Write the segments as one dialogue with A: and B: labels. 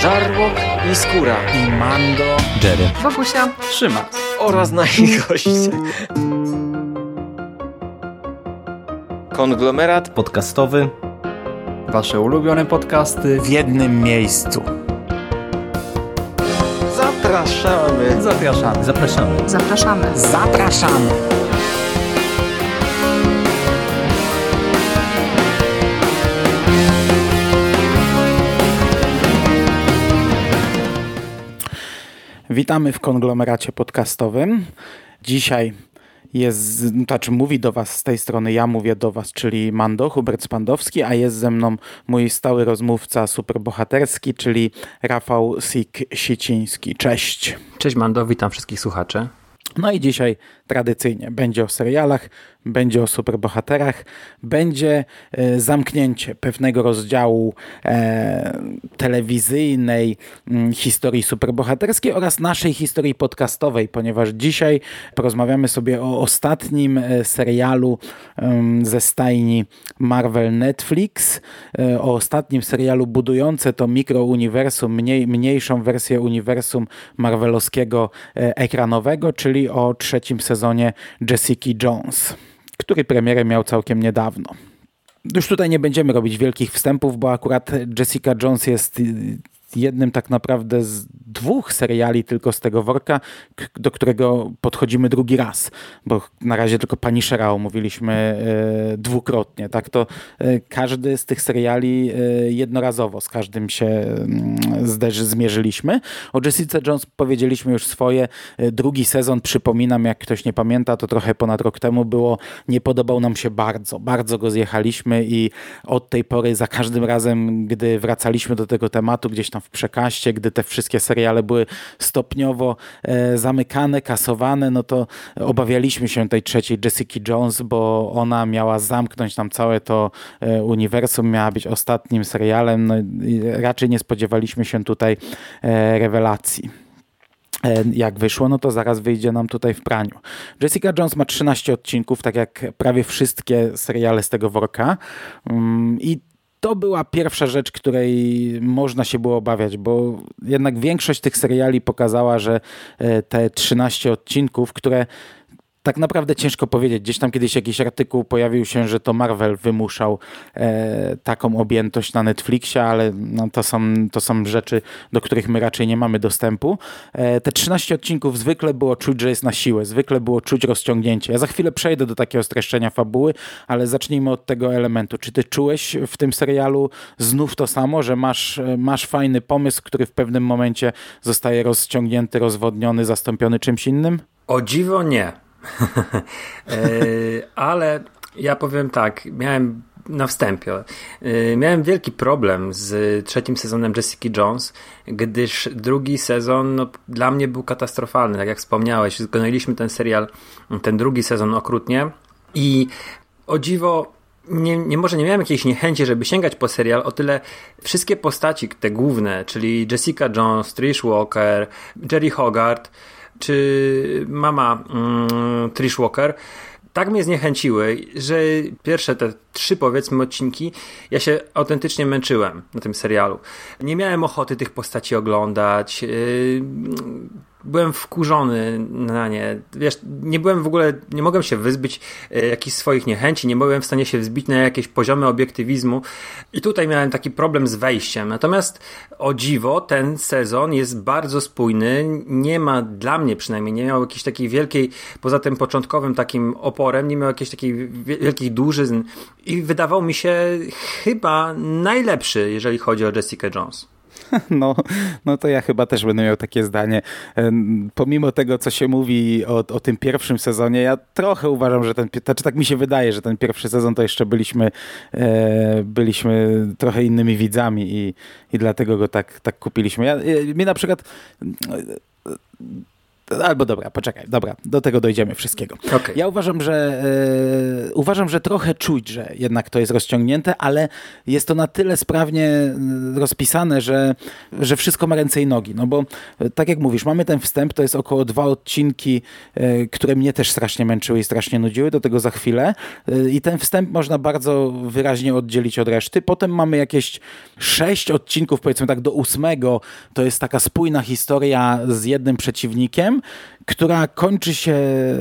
A: Żarłok i Skóra
B: i Mando,
C: Jerry,
D: Wokusia,
B: Szymas
A: oraz nasi goście. Konglomerat
C: podcastowy.
B: Wasze ulubione podcasty w jednym miejscu.
A: Zapraszamy.
B: Zapraszamy.
C: Zapraszamy.
D: zapraszamy.
B: Zapraszamy. Witamy w konglomeracie podcastowym. Dzisiaj mówi do Was z tej strony, ja mówię do Was, czyli Mando, Hubert Spandowski, a jest ze mną mój stały rozmówca superbohaterski, czyli Rafał Sik-Siciński. Cześć.
E: Cześć Mando, witam wszystkich słuchaczy.
B: No i dzisiaj tradycyjnie będzie o serialach, będzie o superbohaterach, będzie zamknięcie pewnego rozdziału telewizyjnej historii superbohaterskiej oraz naszej historii podcastowej, ponieważ dzisiaj porozmawiamy sobie o ostatnim serialu ze stajni Marvel Netflix, o ostatnim serialu budujące to mikrouniwersum, mniejszą wersję uniwersum marvelowskiego ekranowego, czyli o trzecim sezonie Jessica Jones, który premierę miał całkiem niedawno. Już tutaj nie będziemy robić wielkich wstępów, bo akurat Jessica Jones jest jednym tak naprawdę z dwóch seriali tylko z tego worka, do którego podchodzimy drugi raz, bo na razie tylko Punishera omówiliśmy dwukrotnie. Tak to każdy z tych seriali jednorazowo, z każdym się zmierzyliśmy. O Jessica Jones powiedzieliśmy już swoje. Drugi sezon, przypominam, jak ktoś nie pamięta, to trochę ponad rok temu było. Nie podobał nam się bardzo, bardzo go zjechaliśmy i od tej pory za każdym razem, gdy wracaliśmy do tego tematu, gdzieś tam w przekaście, gdy te wszystkie seriale były stopniowo zamykane, kasowane, no to obawialiśmy się tej trzeciej Jessica Jones, bo ona miała zamknąć nam całe to uniwersum, miała być ostatnim serialem, no i raczej nie spodziewaliśmy się tutaj rewelacji. Jak wyszło, no to zaraz wyjdzie nam tutaj w praniu. Jessica Jones ma 13 odcinków, tak jak prawie wszystkie seriale z tego worka i to była pierwsza rzecz, której można się było obawiać, bo jednak większość tych seriali pokazała, że te 13 odcinków, które tak naprawdę ciężko powiedzieć. Gdzieś tam kiedyś jakiś artykuł pojawił się, że to Marvel wymuszał taką objętość na Netflixie, ale no, to są rzeczy, do których my raczej nie mamy dostępu. Te 13 odcinków zwykle było czuć, że jest na siłę. Zwykle było czuć rozciągnięcie. Ja za chwilę przejdę do takiego streszczenia fabuły, ale zacznijmy od tego elementu. Czy ty czułeś w tym serialu znów to samo, że masz fajny pomysł, który w pewnym momencie zostaje rozciągnięty, rozwodniony, zastąpiony czymś innym?
E: O dziwo nie. Ale ja powiem tak, miałem na wstępie, miałem wielki problem z trzecim sezonem Jessica Jones, gdyż drugi sezon dla mnie był katastrofalny, tak jak wspomniałeś, zgoniliśmy ten serial, ten drugi sezon okrutnie i o dziwo może nie miałem jakiejś niechęci, żeby sięgać po serial, o tyle wszystkie postaci, te główne, czyli Jessica Jones, Trish Walker, Jeri Hogarth, czy mama Trish Walker, tak mnie zniechęciły, że pierwsze te 3 powiedzmy odcinki ja się autentycznie męczyłem na tym serialu. Nie miałem ochoty tych postaci oglądać. Byłem wkurzony na nie. Wiesz, nie mogłem się wyzbyć jakichś swoich niechęci, nie byłem w stanie się wzbić na jakieś poziomy obiektywizmu i tutaj miałem taki problem z wejściem. Natomiast o dziwo ten sezon jest bardzo spójny, nie ma dla mnie przynajmniej, nie miał jakiejś takiej wielkiej, poza tym początkowym takim oporem, nie miał jakichś takich wielkich dużyzn i wydawał mi się chyba najlepszy, jeżeli chodzi o Jessica Jones.
B: No to ja chyba też będę miał takie zdanie. Pomimo tego, co się mówi o tym pierwszym sezonie, ja trochę uważam, że tak mi się wydaje, że ten pierwszy sezon to jeszcze byliśmy trochę innymi widzami i dlatego go tak kupiliśmy. Mi na przykład Albo dobra, poczekaj, dobra, do tego dojdziemy wszystkiego.
E: Okay.
B: Ja uważam, że trochę czuć, że jednak to jest rozciągnięte, ale jest to na tyle sprawnie rozpisane, że wszystko ma ręce i nogi. No bo tak jak mówisz, mamy ten wstęp, to jest około 2 odcinki, które mnie też strasznie męczyły i strasznie nudziły, do tego za chwilę. I ten wstęp można bardzo wyraźnie oddzielić od reszty. Potem mamy jakieś 6 odcinków, powiedzmy tak do 8, to jest taka spójna historia z jednym przeciwnikiem, która kończy się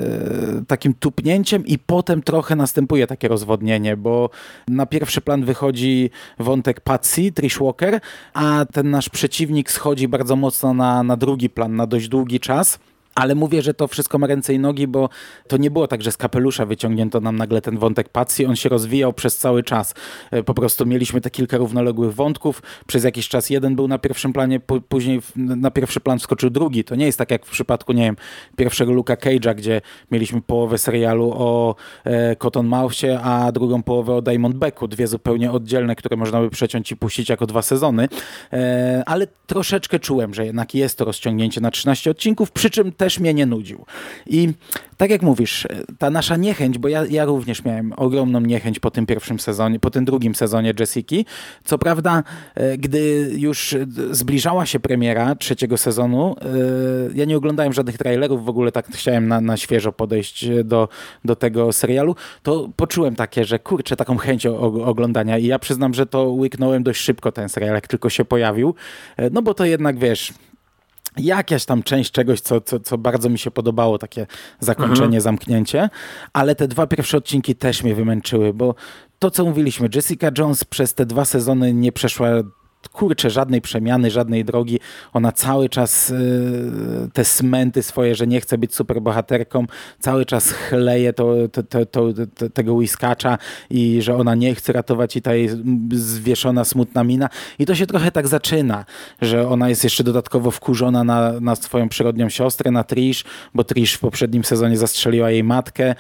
B: takim tupnięciem i potem trochę następuje takie rozwodnienie, bo na pierwszy plan wychodzi wątek Patsy, Trish Walker, a ten nasz przeciwnik schodzi bardzo mocno na drugi plan, na dość długi czas. Ale mówię, że to wszystko ma ręce i nogi, bo to nie było tak, że z kapelusza wyciągnięto nam nagle ten wątek Patsy, on się rozwijał przez cały czas. Po prostu mieliśmy te kilka równoległych wątków, przez jakiś czas jeden był na pierwszym planie, później na pierwszy plan wskoczył drugi. To nie jest tak jak w przypadku, nie wiem, pierwszego Luke'a Cage'a, gdzie mieliśmy połowę serialu o Cottonmouthie, a drugą połowę o Diamondbacku. 2 zupełnie oddzielne, które można by przeciąć i puścić jako 2 sezony. Ale troszeczkę czułem, że jednak jest to rozciągnięcie na 13 odcinków, przy czym też mnie nie nudził. I tak jak mówisz, ta nasza niechęć, bo ja również miałem ogromną niechęć po tym pierwszym sezonie, po tym drugim sezonie Jessiki. Co prawda, gdy już zbliżała się premiera 3. sezonu, ja nie oglądałem żadnych trailerów, w ogóle tak chciałem na świeżo podejść do tego serialu, to poczułem takie, że kurczę, taką chęć oglądania i ja przyznam, że to łyknąłem dość szybko ten serial, jak tylko się pojawił, no bo to jednak, wiesz, jakaś tam część czegoś, co bardzo mi się podobało, takie zakończenie, zamknięcie, ale te 2 pierwsze odcinki też mnie wymęczyły, bo to, co mówiliśmy, Jessica Jones przez te 2 sezony nie przeszła żadnej przemiany, żadnej drogi. Ona cały czas te smęty swoje, że nie chce być superbohaterką, cały czas chleje tego łyskacza i że ona nie chce ratować i ta jej zwieszona, smutna mina. I to się trochę tak zaczyna, że ona jest jeszcze dodatkowo wkurzona na swoją przyrodnią siostrę, na Trish, bo Trish w poprzednim sezonie zastrzeliła jej matkę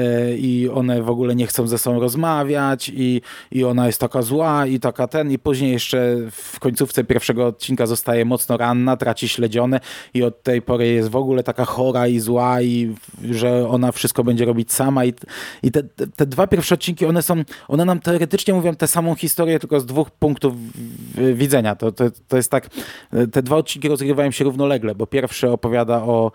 B: i one w ogóle nie chcą ze sobą rozmawiać i ona jest taka zła i taka i później jeszcze w końcówce pierwszego odcinka zostaje mocno ranna, traci śledzione i od tej pory jest w ogóle taka chora i zła i że ona wszystko będzie robić sama i te 2 pierwsze odcinki, one nam teoretycznie mówią tę samą historię, tylko z 2 punktów widzenia. To jest tak, te 2 odcinki rozgrywają się równolegle, bo pierwszy opowiada o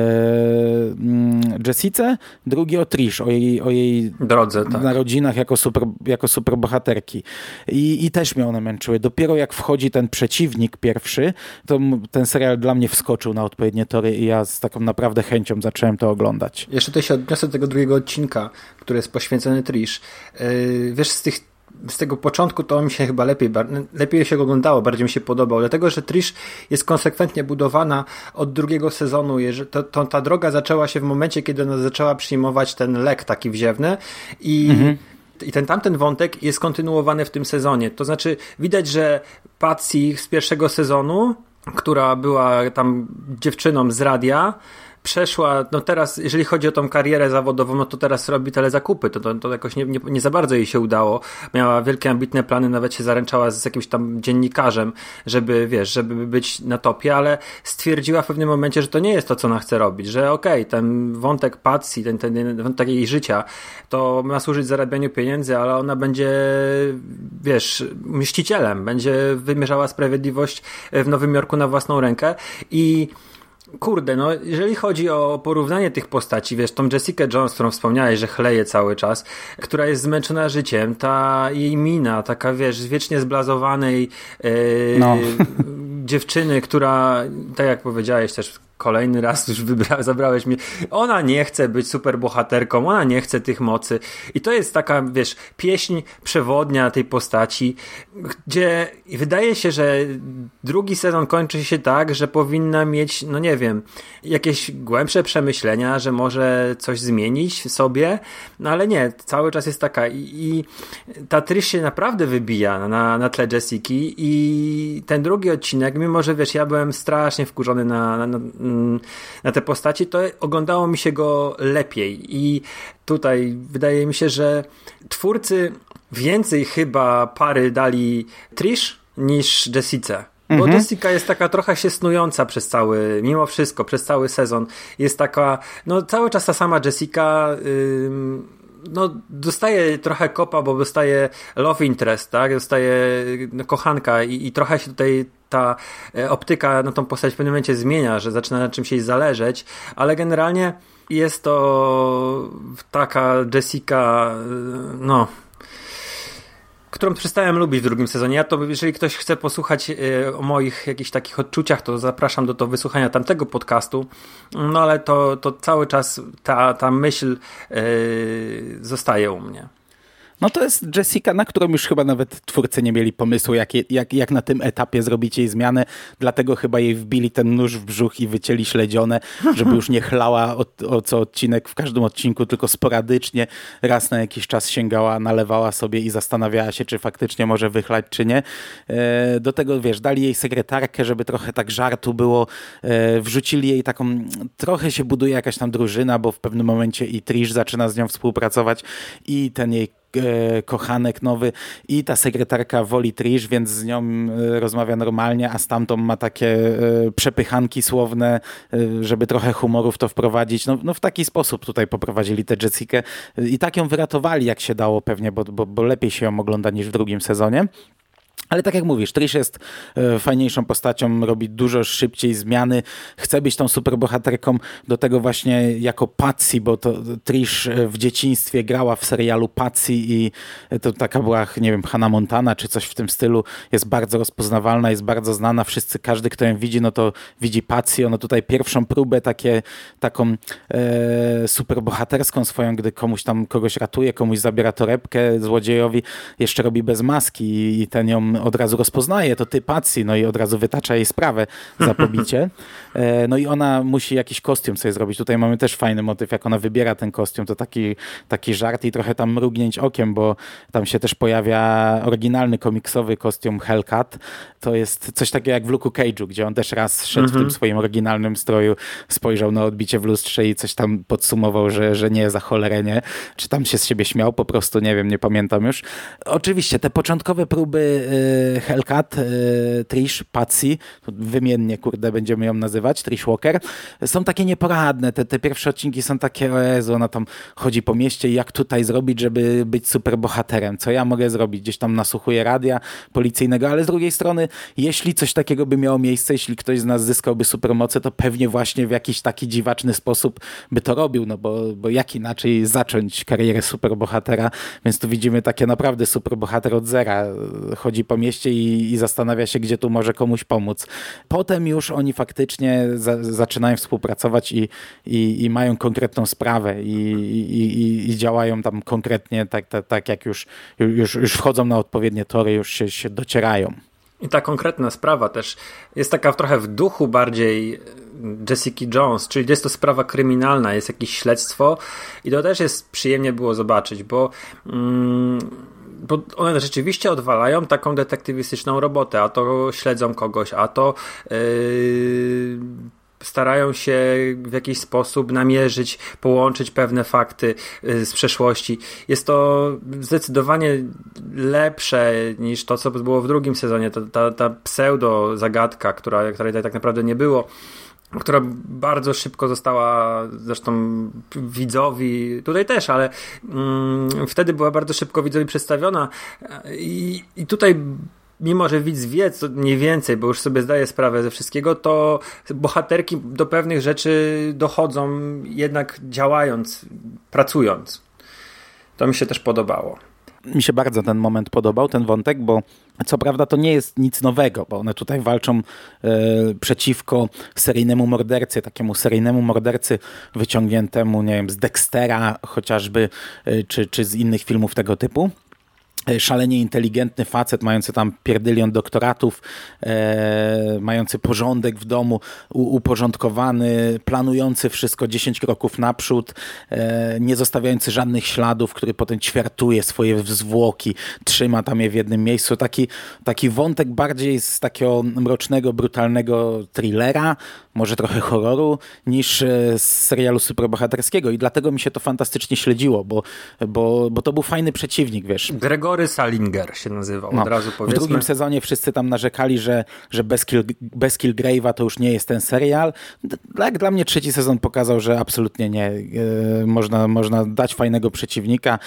B: Jessice, drugi o Trish, o jej
E: drodze, tak,
B: narodzinach jako superbohaterki. I też mnie one męczyły. Dopiero jak wchodzi ten przeciwnik pierwszy, to ten serial dla mnie wskoczył na odpowiednie tory i ja z taką naprawdę chęcią zacząłem to oglądać.
E: Jeszcze tutaj się odniosę do tego drugiego odcinka, który jest poświęcony Trish. Wiesz, z tego początku to mi się chyba lepiej się oglądało, bardziej mi się podobał, dlatego, że Trish jest konsekwentnie budowana od 2 sezonu. Ta droga zaczęła się w momencie, kiedy ona zaczęła przyjmować ten lek taki wziewny i tamten wątek jest kontynuowany w tym sezonie. To znaczy widać, że Patsy z pierwszego sezonu, która była tam dziewczyną z radia, przeszła, no teraz, jeżeli chodzi o tą karierę zawodową, no to teraz robi telezakupy, to jakoś nie za bardzo jej się udało. Miała wielkie, ambitne plany, nawet się zaręczała z jakimś tam dziennikarzem, żeby być na topie, ale stwierdziła w pewnym momencie, że to nie jest to, co ona chce robić, że okej, ten wątek Patsy, ten wątek jej życia, to ma służyć zarabianiu pieniędzy, ale ona będzie, mścicielem, będzie wymierzała sprawiedliwość w Nowym Jorku na własną rękę i kurde, no jeżeli chodzi o porównanie tych postaci, tą Jessica Jones, którą wspomniałeś, że chleje cały czas, która jest zmęczona życiem, ta jej mina, taka wiecznie zblazowanej dziewczyny, która, tak jak powiedziałeś też kolejny raz już zabrałeś mnie, ona nie chce być superbohaterką, ona nie chce tych mocy i to jest taka, pieśń przewodnia tej postaci, gdzie wydaje się, że drugi sezon kończy się tak, że powinna mieć, jakieś głębsze przemyślenia, że może coś zmienić w sobie, no ale nie, cały czas jest taka i ta Trish się naprawdę wybija na tle Jessiki i ten drugi odcinek, mimo że ja byłem strasznie wkurzony na te postaci, to oglądało mi się go lepiej i tutaj wydaje mi się, że twórcy więcej chyba pary dali Trish niż Jessice. Bo Jessica jest taka trochę się snująca mimo wszystko, przez cały sezon. Jest taka, no cały czas ta sama Jessica, no dostaje trochę kopa, bo dostaje love interest, tak? Dostaje kochanka i trochę się tutaj ta optyka na tą postać w pewnym momencie zmienia, że zaczyna na czymś jej zależeć, ale generalnie jest to taka Jessica, no, którą przestałem lubić w drugim sezonie. Ja to, jeżeli ktoś chce posłuchać o moich jakichś takich odczuciach, to zapraszam do wysłuchania tamtego podcastu. No ale to cały czas ta myśl zostaje u mnie.
B: No to jest Jessica, na którą już chyba nawet twórcy nie mieli pomysłu, jak na tym etapie zrobić jej zmianę. Dlatego chyba jej wbili ten nóż w brzuch i wycięli śledzione, żeby już nie chlała co odcinek w każdym odcinku, tylko sporadycznie raz na jakiś czas sięgała, nalewała sobie i zastanawiała się, czy faktycznie może wychlać, czy nie. Do tego, wiesz, dali jej sekretarkę, żeby trochę tak żartu było. Wrzucili jej taką, trochę się buduje jakaś tam drużyna, bo w pewnym momencie i Trish zaczyna z nią współpracować i ten jej kochanek nowy i ta sekretarka woli Trish, więc z nią rozmawia normalnie, a z tamtą ma takie przepychanki słowne, żeby trochę humoru w to wprowadzić. No w taki sposób tutaj poprowadzili tę Jessikę i tak ją wyratowali, jak się dało pewnie, bo lepiej się ją ogląda niż w drugim sezonie. Ale tak jak mówisz, Trish jest fajniejszą postacią, robi dużo szybciej zmiany, chce być tą superbohaterką, do tego właśnie jako Patsy, bo to Trish w dzieciństwie grała w serialu Patsy i to taka była, nie wiem, Hannah Montana czy coś w tym stylu, jest bardzo rozpoznawalna, jest bardzo znana, każdy kto ją widzi, no to widzi Patsy. Ona tutaj pierwszą próbę taką superbohaterską swoją, gdy kogoś ratuje, komuś zabiera torebkę złodziejowi, jeszcze robi bez maski i ten ją od razu rozpoznaje, to ty Patsy, no i od razu wytacza jej sprawę za pobicie. No i ona musi jakiś kostium sobie zrobić. Tutaj mamy też fajny motyw, jak ona wybiera ten kostium, to taki żart i trochę tam mrugnięć okiem, bo tam się też pojawia oryginalny komiksowy kostium Hellcat. To jest coś takiego jak w Luke'u Cage'u, gdzie on też raz szedł w tym swoim oryginalnym stroju, spojrzał na odbicie w lustrze i coś tam podsumował, że nie, za cholerę nie. Czy tam się z siebie śmiał, po prostu nie wiem, nie pamiętam już. Oczywiście te początkowe próby Hellcat, Trish, Patsy, wymiennie, będziemy ją nazywać, Trish Walker, są takie nieporadne. Te pierwsze odcinki są takie, o Jezu, ona tam chodzi po mieście i jak tutaj zrobić, żeby być superbohaterem? Co ja mogę zrobić? Gdzieś tam nasłuchuję radia policyjnego, ale z drugiej strony, jeśli coś takiego by miało miejsce, jeśli ktoś z nas zyskałby supermoce, to pewnie właśnie w jakiś taki dziwaczny sposób by to robił, no bo jak inaczej zacząć karierę superbohatera? Więc tu widzimy takie naprawdę superbohater od zera. Chodzi po mieście i zastanawia się, gdzie tu może komuś pomóc. Potem już oni faktycznie zaczynają współpracować i mają konkretną sprawę i działają tam konkretnie tak jak już wchodzą na odpowiednie tory, już się docierają.
E: I ta konkretna sprawa też jest taka trochę w duchu bardziej Jessica Jones, czyli jest to sprawa kryminalna, jest jakieś śledztwo i to też jest przyjemnie było zobaczyć, bo one rzeczywiście odwalają taką detektywistyczną robotę, a to śledzą kogoś, a to starają się w jakiś sposób namierzyć, połączyć pewne fakty z przeszłości. Jest to zdecydowanie lepsze niż to, co było w drugim sezonie. Ta pseudo zagadka, której tak naprawdę nie było, która bardzo szybko została zresztą widzowi, tutaj też, ale wtedy była bardzo szybko widzowi przedstawiona i tutaj mimo, że widz wie co mniej więcej, bo już sobie zdaje sprawę ze wszystkiego, to bohaterki do pewnych rzeczy dochodzą jednak działając, pracując. To mi się też podobało.
B: Mi się bardzo ten moment podobał, ten wątek, bo co prawda to nie jest nic nowego, bo one tutaj walczą przeciwko seryjnemu mordercy, takiemu seryjnemu mordercy wyciągniętemu, nie wiem, z Dextera chociażby, czy z innych filmów tego typu. Szalenie inteligentny facet, mający tam pierdylion doktoratów, mający porządek w domu, uporządkowany, planujący wszystko 10 kroków naprzód, nie zostawiający żadnych śladów, który potem ćwiartuje swoje zwłoki, trzyma tam je w jednym miejscu. Taki wątek bardziej z takiego mrocznego, brutalnego thrillera, może trochę horroru, niż z serialu superbohaterskiego i dlatego mi się to fantastycznie śledziło, bo to był fajny przeciwnik, wiesz.
E: Gregory Gregory Salinger się nazywał, od razu
B: W
E: powiedzmy.
B: drugim sezonie wszyscy tam narzekali, że bez Kilgrave'a to już nie jest ten serial. Tak, dla mnie trzeci sezon pokazał, że absolutnie nie. Można dać fajnego przeciwnika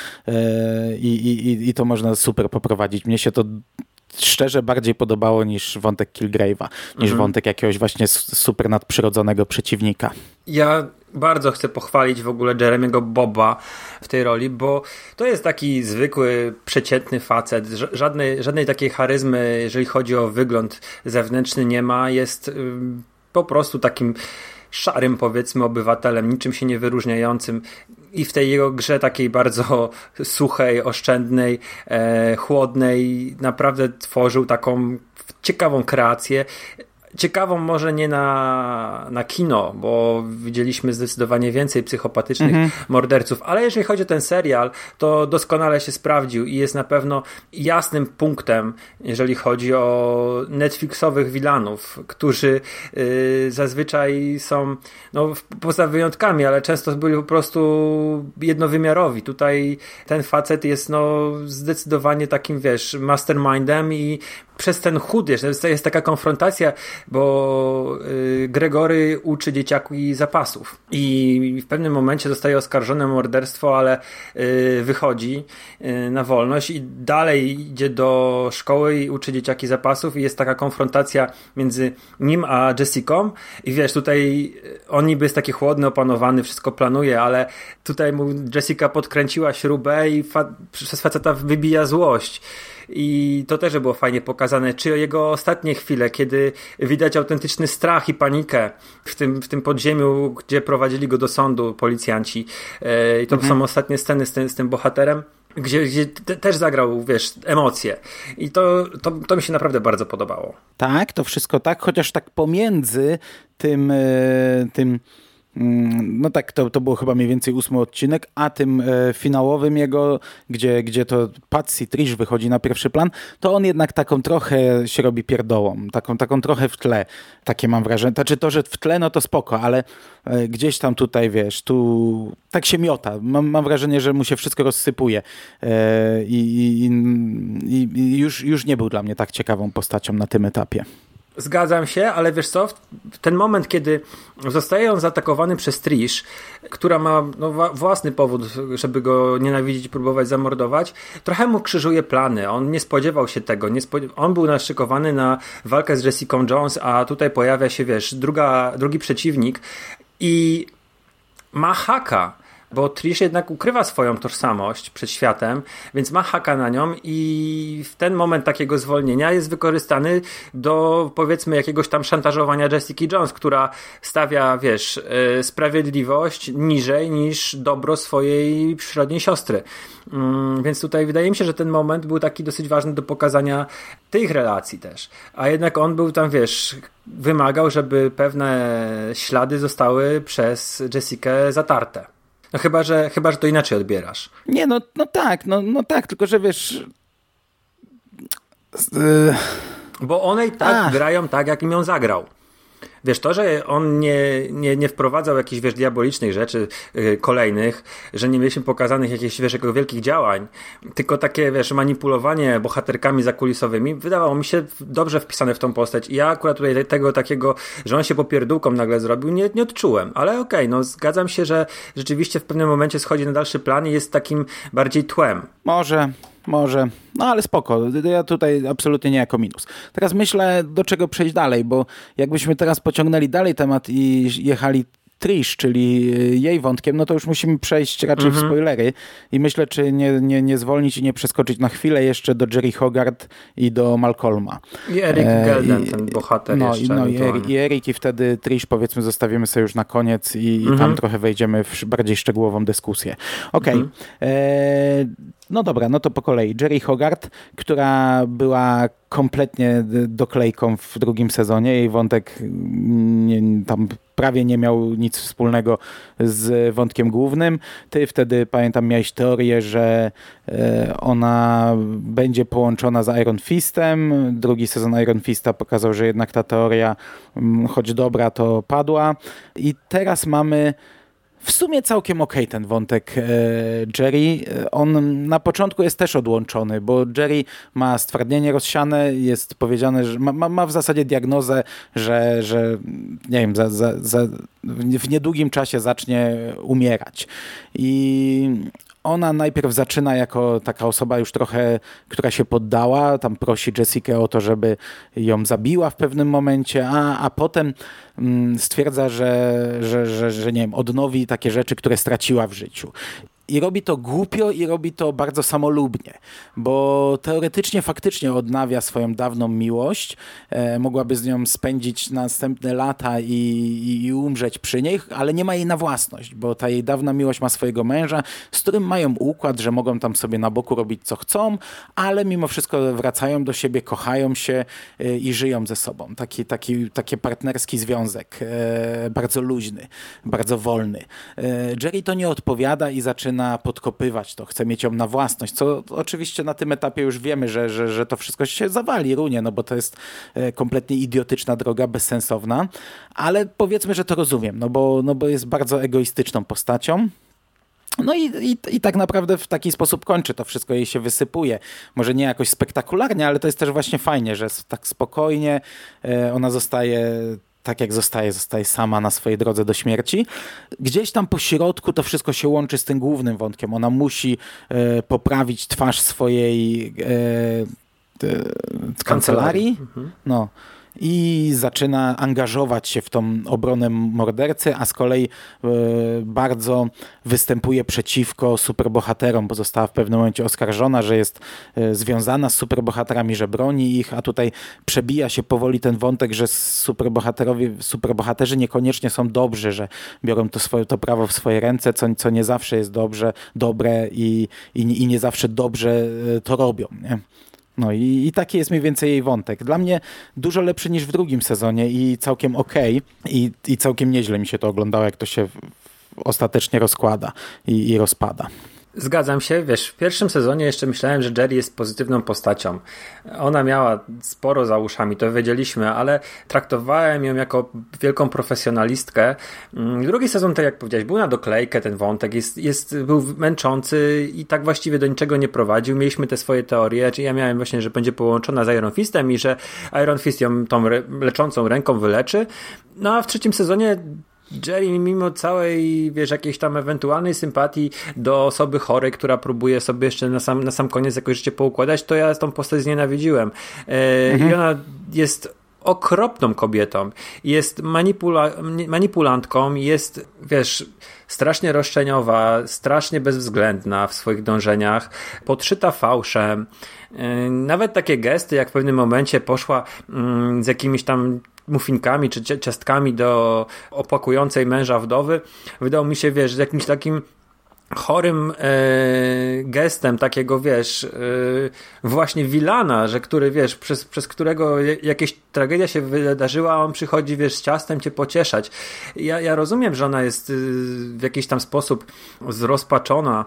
B: i to można super poprowadzić. Mnie się to szczerze bardziej podobało niż wątek Kilgrave'a, niż wątek jakiegoś właśnie super nadprzyrodzonego przeciwnika.
E: Ja bardzo chcę pochwalić w ogóle Jeremiego Boba w tej roli, bo to jest taki zwykły, przeciętny facet. Żadnej takiej charyzmy, jeżeli chodzi o wygląd zewnętrzny nie ma. Jest po prostu takim szarym, powiedzmy, obywatelem, niczym się nie wyróżniającym i w tej jego grze takiej bardzo suchej, oszczędnej, chłodnej naprawdę tworzył taką ciekawą kreację. Ciekawą może nie na kino, bo widzieliśmy zdecydowanie więcej psychopatycznych morderców, ale jeżeli chodzi o ten serial, to doskonale się sprawdził i jest na pewno jasnym punktem, jeżeli chodzi o Netflixowych wilanów, którzy zazwyczaj są, no poza wyjątkami, ale często byli po prostu jednowymiarowi. Tutaj ten facet jest no zdecydowanie takim, wiesz, mastermindem i przez ten chód jest taka konfrontacja, bo Gregory uczy dzieciaki zapasów i w pewnym momencie zostaje oskarżony o morderstwo, ale wychodzi na wolność i dalej idzie do szkoły i uczy dzieciaki zapasów i jest taka konfrontacja między nim a Jessicą i wiesz, tutaj on niby jest taki chłodny, opanowany, wszystko planuje, ale tutaj mu Jessica podkręciła śrubę i przez faceta wybija złość. I to też było fajnie pokazane, czy jego ostatnie chwile, kiedy widać autentyczny strach i panikę w tym podziemiu, gdzie prowadzili go do sądu policjanci. I to są ostatnie sceny z tym bohaterem, gdzie też zagrał, wiesz, emocje. I to mi się naprawdę bardzo podobało.
B: Tak, to wszystko tak, chociaż tak pomiędzy tym no tak, to było chyba mniej więcej 8 odcinek, a tym finałowym jego, gdzie to Patsy Trish wychodzi na pierwszy plan, to on jednak taką trochę się robi pierdołą, taką trochę w tle, takie mam wrażenie. Znaczy to, że w tle, no to spoko, ale gdzieś tam tutaj, wiesz, tu tak się miota. Mam wrażenie, że mu się wszystko rozsypuje i już nie był dla mnie tak ciekawą postacią na tym etapie.
E: Zgadzam się, ale wiesz co, w ten moment, kiedy zostaje on zaatakowany przez Trish, która ma własny powód, żeby go nienawidzić, próbować zamordować, trochę mu krzyżuje plany. On nie spodziewał się tego. On był naszykowany na walkę z Jessicą Jones, a tutaj pojawia się, wiesz, drugi przeciwnik i ma haka. Bo Trish jednak ukrywa swoją tożsamość przed światem, więc ma haka na nią i w ten moment takiego zwolnienia jest wykorzystany do, powiedzmy, jakiegoś tam szantażowania Jessiki Jones, która stawia, wiesz, sprawiedliwość niżej niż dobro swojej przyrodniej siostry. Więc tutaj wydaje mi się, że ten moment był taki dosyć ważny do pokazania tych relacji też. A jednak on był tam, wiesz, wymagał, żeby pewne ślady zostały przez Jessikę zatarte. No chyba, że to inaczej odbierasz.
B: Nie, no tak, tylko że wiesz...
E: Bo one i tak grają tak, jak im ją zagrał. Wiesz, to, że on nie wprowadzał jakichś, wiesz, diabolicznych rzeczy kolejnych, że nie mieliśmy pokazanych jakichś, wiesz, jego wielkich działań, tylko takie, wiesz, manipulowanie bohaterkami zakulisowymi, wydawało mi się dobrze wpisane w tą postać. I ja akurat tutaj tego takiego, że on się popierdółką nagle zrobił, nie odczułem. Ale okej, no zgadzam się, że rzeczywiście w pewnym momencie schodzi na dalszy plan i jest takim bardziej tłem.
B: Może, no ale spoko, ja tutaj absolutnie nie jako minus. Teraz myślę, do czego przejść dalej, bo jakbyśmy teraz pociągnęli dalej temat i jechali Trish, czyli jej wątkiem, no to już musimy przejść raczej w spoilery i myślę, czy nie zwolnić i nie przeskoczyć na chwilę jeszcze do Jerry Hogarth i do Malcolma.
E: I Eric Gelden, ten bohater jeszcze.
B: I Eric i wtedy Trish, powiedzmy, zostawimy sobie już na koniec i tam trochę wejdziemy w bardziej szczegółową dyskusję. Okej. No dobra, no to po kolei. Jerry Hogarth, która była kompletnie doklejką w drugim sezonie. Jej wątek tam prawie nie miał nic wspólnego z wątkiem głównym. Ty wtedy, pamiętam, miałeś teorię, że ona będzie połączona z Iron Fistem. Drugi sezon Iron Fista pokazał, że jednak ta teoria, choć dobra, to padła. I teraz mamy W sumie całkiem okej ten wątek Jerry. On na początku jest też odłączony, bo Jerry ma stwardnienie rozsiane, jest powiedziane, że ma w zasadzie diagnozę, że nie wiem, w niedługim czasie zacznie umierać. I ona najpierw zaczyna jako taka osoba już trochę, która się poddała, tam prosi Jessikę o to, żeby ją zabiła w pewnym momencie, a potem stwierdza, że nie wiem, odnowi takie rzeczy, które straciła w życiu. I robi to głupio i robi to bardzo samolubnie, bo teoretycznie faktycznie odnawia swoją dawną miłość, mogłaby z nią spędzić następne lata i umrzeć przy niej, ale nie ma jej na własność, bo ta jej dawna miłość ma swojego męża, z którym mają układ, że mogą tam sobie na boku robić co chcą, ale mimo wszystko wracają do siebie, kochają się i żyją ze sobą. Taki partnerski związek, bardzo luźny, bardzo wolny. Jerry to nie odpowiada i zaczyna podkopywać to, chce mieć ją na własność, co oczywiście na tym etapie już wiemy, że to wszystko się zawali runie, no bo to jest kompletnie idiotyczna droga, bezsensowna, ale powiedzmy, że to rozumiem, no bo jest bardzo egoistyczną postacią. No i tak naprawdę w taki sposób kończy, to wszystko jej się wysypuje. Może nie jakoś spektakularnie, ale to jest też właśnie fajnie, że tak spokojnie ona zostaje tak jak zostaje sama na swojej drodze do śmierci. Gdzieś tam po środku to wszystko się łączy z tym głównym wątkiem. Ona musi poprawić twarz swojej kancelarii. No. I zaczyna angażować się w tą obronę mordercy, a z kolei bardzo występuje przeciwko superbohaterom, bo została w pewnym momencie oskarżona, że jest związana z superbohaterami, że broni ich, a tutaj przebija się powoli ten wątek, że superbohaterzy niekoniecznie są dobrzy, że biorą to prawo w swoje ręce, co nie zawsze jest dobre i nie zawsze dobrze to robią, nie? No i taki jest mniej więcej jej wątek. Dla mnie dużo lepszy niż w drugim sezonie i całkiem okej. I całkiem nieźle mi się to oglądało, jak to się ostatecznie rozkłada i rozpada.
E: Zgadzam się, wiesz, w pierwszym sezonie jeszcze myślałem, że Jerry jest pozytywną postacią. Ona miała sporo za uszami, to wiedzieliśmy, ale traktowałem ją jako wielką profesjonalistkę. Drugi sezon, tak jak powiedziałeś, był na doklejkę ten wątek, był męczący i tak właściwie do niczego nie prowadził. Mieliśmy te swoje teorie, czyli ja miałem właśnie, że będzie połączona z Iron Fistem i że Iron Fist ją tą leczącą ręką wyleczy. No a w trzecim sezonie Jerry, mimo całej, wiesz, jakiejś tam ewentualnej sympatii do osoby chorej, która próbuje sobie jeszcze na sam koniec jakoś życie poukładać, to ja tą postać znienawidziłem. I ona jest okropną kobietą. Jest manipulantką, jest, wiesz, strasznie roszczeniowa, strasznie bezwzględna w swoich dążeniach, podszyta fałszem. Nawet takie gesty, jak w pewnym momencie poszła z jakimiś tam muffinkami czy ciastkami do opłakującej męża wdowy, wydało mi się, wiesz, jakimś takim chorym gestem takiego, wiesz, właśnie wilana, że który, wiesz, przez którego jakaś tragedia się wydarzyła, a on przychodzi, wiesz, z ciastem cię pocieszać. Ja rozumiem, że ona jest w jakiś tam sposób zrozpaczona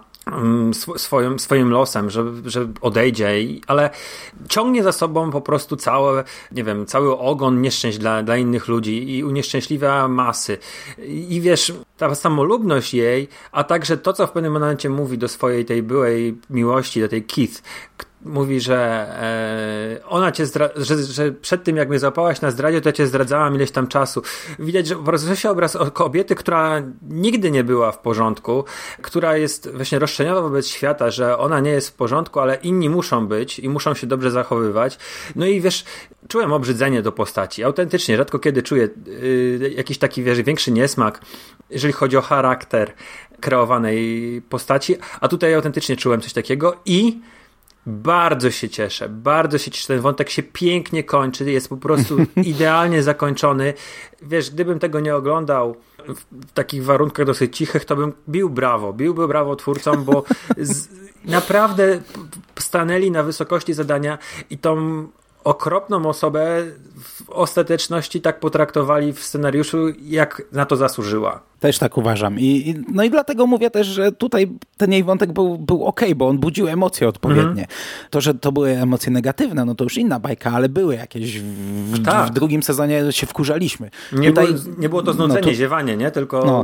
E: swoim losem, że odejdzie, ale ciągnie za sobą po prostu cały ogon nieszczęść dla innych ludzi i unieszczęśliwia masy. I wiesz, ta samolubność jej, a także to, co w pewnym momencie mówi do swojej tej byłej miłości, do tej Keith, mówi, że ona cię że przed tym, jak mnie złapałaś na zdradzie, to ja cię zdradzałam ileś tam czasu. Widać, że rozwija się obraz kobiety, która nigdy nie była w porządku, która jest właśnie roszczeniowa wobec świata, że ona nie jest w porządku, ale inni muszą być i muszą się dobrze zachowywać. No i wiesz, czułem obrzydzenie do postaci. Autentycznie, rzadko kiedy czuję jakiś taki, wiesz, większy niesmak, jeżeli chodzi o charakter kreowanej postaci, a tutaj autentycznie czułem coś takiego i bardzo się cieszę, ten wątek się pięknie kończy, jest po prostu idealnie zakończony. Wiesz, gdybym tego nie oglądał w takich warunkach dosyć cichych, to bym biłby brawo twórcom, bo naprawdę stanęli na wysokości zadania i tą okropną osobę w ostateczności tak potraktowali w scenariuszu, jak na to zasłużyła.
B: Też tak uważam. No i dlatego mówię też, że tutaj ten jej wątek był okej, bo on budził emocje odpowiednie. To, że to były emocje negatywne, no to już inna bajka, ale były jakieś. W drugim sezonie się wkurzaliśmy.
E: Nie było to znudzenie, ziewanie, nie? Tylko...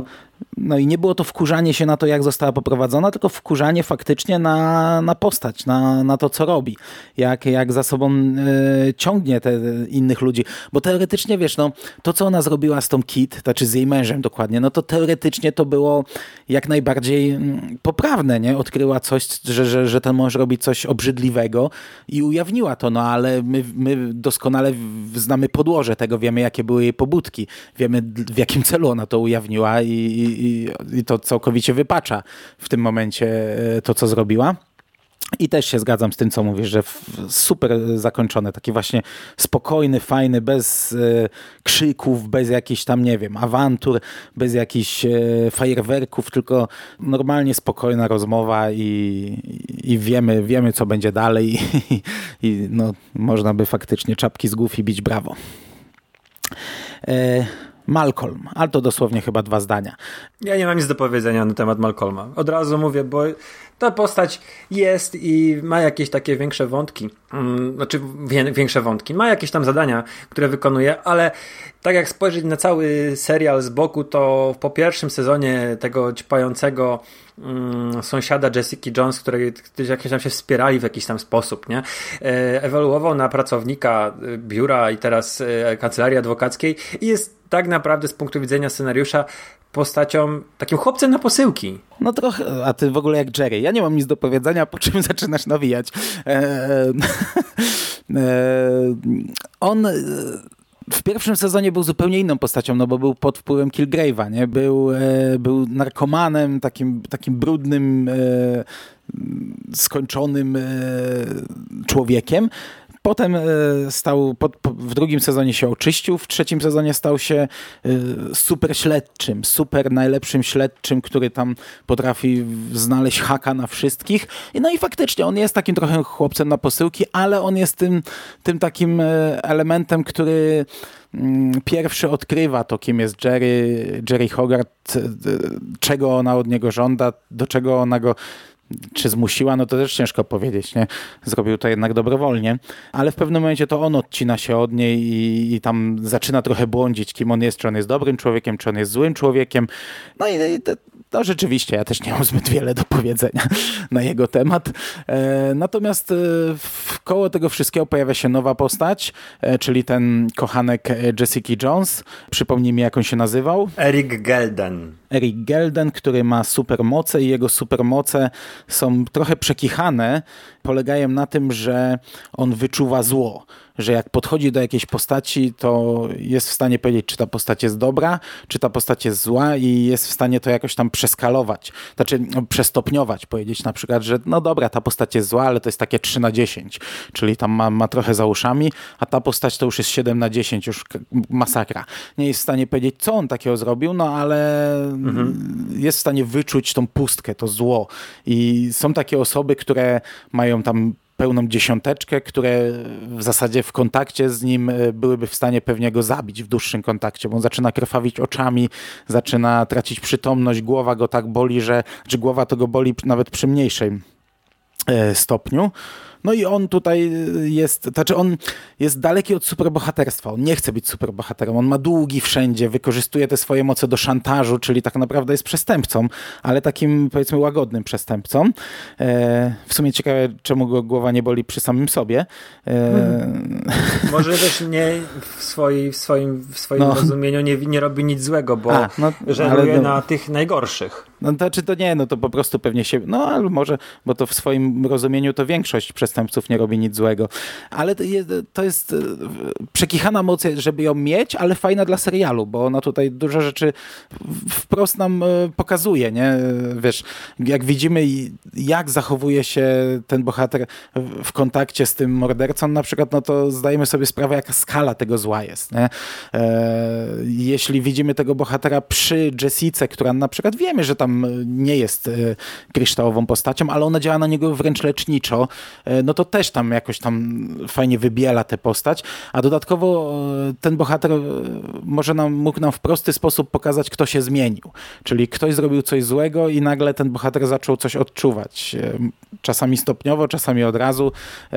B: No i nie było to wkurzanie się na to, jak została poprowadzona, tylko wkurzanie faktycznie na postać, na to, co robi. Jak za sobą ciągnie te innych ludzi. Bo teoretycznie, wiesz, no, to, co ona zrobiła z tą Kit, znaczy z jej mężem dokładnie, no to teoretycznie to było jak najbardziej poprawne, nie? Odkryła coś, że ten mąż robi coś obrzydliwego i ujawniła to, no ale my doskonale znamy podłoże tego, wiemy, jakie były jej pobudki, wiemy, w jakim celu ona to ujawniła i to całkowicie wypacza w tym momencie to, co zrobiła. I też się zgadzam z tym, co mówisz, że super zakończone, taki właśnie spokojny, fajny, bez krzyków, bez jakichś tam, nie wiem, awantur, bez jakichś fajerwerków, tylko normalnie spokojna rozmowa i wiemy, co będzie dalej i no, można by faktycznie czapki z głów i bić brawo. Malcolm, ale to dosłownie chyba 2 zdania.
E: Ja nie mam nic do powiedzenia na temat Malcolma. Od razu mówię, bo ta postać jest i ma jakieś takie większe wątki. Większe wątki. Ma jakieś tam zadania, które wykonuje, ale tak jak spojrzeć na cały serial z boku, to po pierwszym sezonie tego ćpającego sąsiada Jessica Jones, który jakieś tam się wspierali w jakiś tam sposób, nie? Ewoluował na pracownika biura i teraz kancelarii adwokackiej i jest tak naprawdę z punktu widzenia scenariusza postacią, takim chłopcem na posyłki.
B: No trochę, a ty w ogóle jak Jerry. Ja nie mam nic do powiedzenia, po czym zaczynasz nawijać. On w pierwszym sezonie był zupełnie inną postacią, no bo był pod wpływem Kilgrave'a, nie? Był narkomanem, takim brudnym, skończonym człowiekiem. Potem w drugim sezonie się oczyścił, w trzecim sezonie stał się super śledczym, super najlepszym śledczym, który tam potrafi znaleźć haka na wszystkich. No i faktycznie on jest takim trochę chłopcem na posyłki, ale on jest tym takim elementem, który pierwszy odkrywa to, kim jest Jerry Hogarth, czego ona od niego żąda, do czego ona go czy zmusiła, no to też ciężko powiedzieć, nie? Zrobił to jednak dobrowolnie, ale w pewnym momencie to on odcina się od niej i tam zaczyna trochę błądzić, kim on jest, czy on jest dobrym człowiekiem, czy on jest złym człowiekiem. No i to rzeczywiście, ja też nie mam zbyt wiele do powiedzenia na jego temat. Natomiast koło tego wszystkiego pojawia się nowa postać, czyli ten kochanek Jessica Jones. Przypomnij mi, jak on się nazywał.
E: Eric Gelden, który ma supermoce i jego supermoce są trochę przekichane. Polegają na tym, że on wyczuwa zło. Że jak podchodzi do jakiejś postaci, to jest w stanie powiedzieć, czy ta postać jest dobra, czy ta postać jest zła i jest w stanie to jakoś tam przeskalować. Znaczy przestopniować, powiedzieć na przykład, że no dobra, ta postać jest zła, ale to jest takie 3/10, czyli tam ma trochę za uszami, a ta postać to już jest 7/10, już masakra. Nie jest w stanie powiedzieć, co on takiego zrobił, no ale jest w stanie wyczuć tą pustkę, to zło. I są takie osoby, które mają tam pełną dziesiąteczkę, które w zasadzie w kontakcie z nim byłyby w stanie pewnie go zabić w dłuższym kontakcie, bo on zaczyna krwawić oczami, zaczyna tracić przytomność, głowa go tak boli, że głowa to go boli nawet przy mniejszym stopniu. No i on tutaj on jest daleki od superbohaterstwa. On nie chce być superbohaterem. On ma długi wszędzie, wykorzystuje te swoje moce do szantażu, czyli tak naprawdę jest przestępcą, ale takim, powiedzmy, łagodnym przestępcą. W sumie ciekawe, czemu go głowa nie boli przy samym sobie. Może też nie w swoim rozumieniu nie robi nic złego, bo żeruje na tych najgorszych.
B: No to nie, no to po prostu pewnie się, no ale może, bo to w swoim rozumieniu to większość przestępców nie robi nic złego. Ale to jest przekichana moc, żeby ją mieć, ale fajna dla serialu, bo ona tutaj dużo rzeczy wprost nam pokazuje, nie? Wiesz, jak widzimy, jak zachowuje się ten bohater w kontakcie z tym mordercą na przykład, no to zdajemy sobie sprawę, jaka skala tego zła jest, nie? Jeśli widzimy tego bohatera przy Jessice, która na przykład wiemy, że tam nie jest kryształową postacią, ale ona działa na niego wręcz leczniczo, no to też tam jakoś tam fajnie wybiela tę postać, a dodatkowo ten bohater mógł nam w prosty sposób pokazać, kto się zmienił. Czyli ktoś zrobił coś złego i nagle ten bohater zaczął coś odczuwać. Czasami stopniowo, czasami od razu.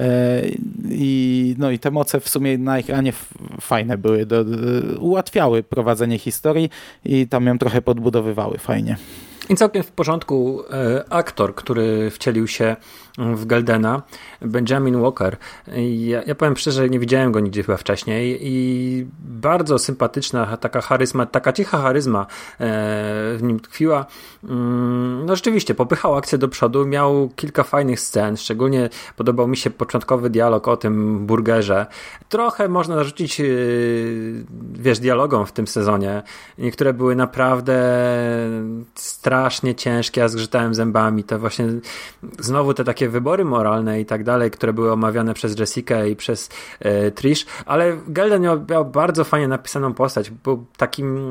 B: I te moce w sumie na ekranie fajne były. Ułatwiały prowadzenie historii i tam ją trochę podbudowywały fajnie.
E: I całkiem w porządku aktor, który wcielił się w Geldena, Benjamin Walker. Ja powiem szczerze, nie widziałem go nigdzie chyba wcześniej i bardzo sympatyczna taka cicha charyzma w nim tkwiła. No rzeczywiście, popychał akcję do przodu, miał kilka fajnych scen, szczególnie podobał mi się początkowy dialog o tym burgerze. Trochę można narzucić dialogom w tym sezonie. Niektóre były naprawdę strasznie ciężkie, ja zgrzytałem zębami. To właśnie znowu te takie wybory moralne i tak dalej, które były omawiane przez Jessica i przez Trish, ale Gelden miał bardzo fajnie napisaną postać. Był takim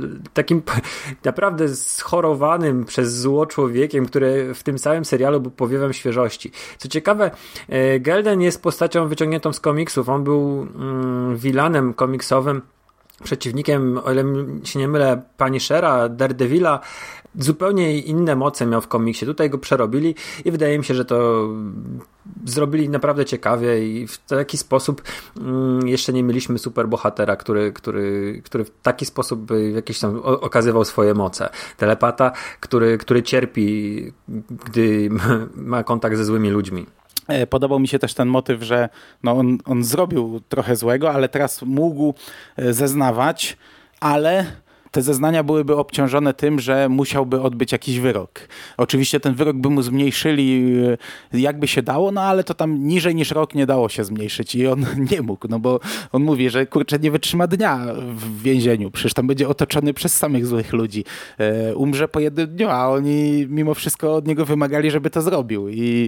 E: naprawdę schorowanym przez zło człowiekiem, który w tym całym serialu był powiewem świeżości. Co ciekawe, Gelden jest postacią wyciągniętą z komiksów. On był vilanem komiksowym, przeciwnikiem, o ile się nie mylę, Punishera, Daredevila. Zupełnie inne moce miał w komiksie. Tutaj go przerobili i wydaje mi się, że to zrobili naprawdę ciekawie i w taki sposób jeszcze nie mieliśmy superbohatera, który w taki sposób jakiś tam okazywał swoje moce. Telepata, który cierpi, gdy ma kontakt ze złymi ludźmi.
B: Podobał mi się też ten motyw, że on zrobił trochę złego, ale teraz mógł zeznawać, ale te zeznania byłyby obciążone tym, że musiałby odbyć jakiś wyrok. Oczywiście ten wyrok by mu zmniejszyli jakby się dało, ale to tam niżej niż rok nie dało się zmniejszyć i on nie mógł, bo on mówi, że nie wytrzyma dnia w więzieniu, przecież tam będzie otoczony przez samych złych ludzi. Umrze po jednym dniu, a oni mimo wszystko od niego wymagali, żeby to zrobił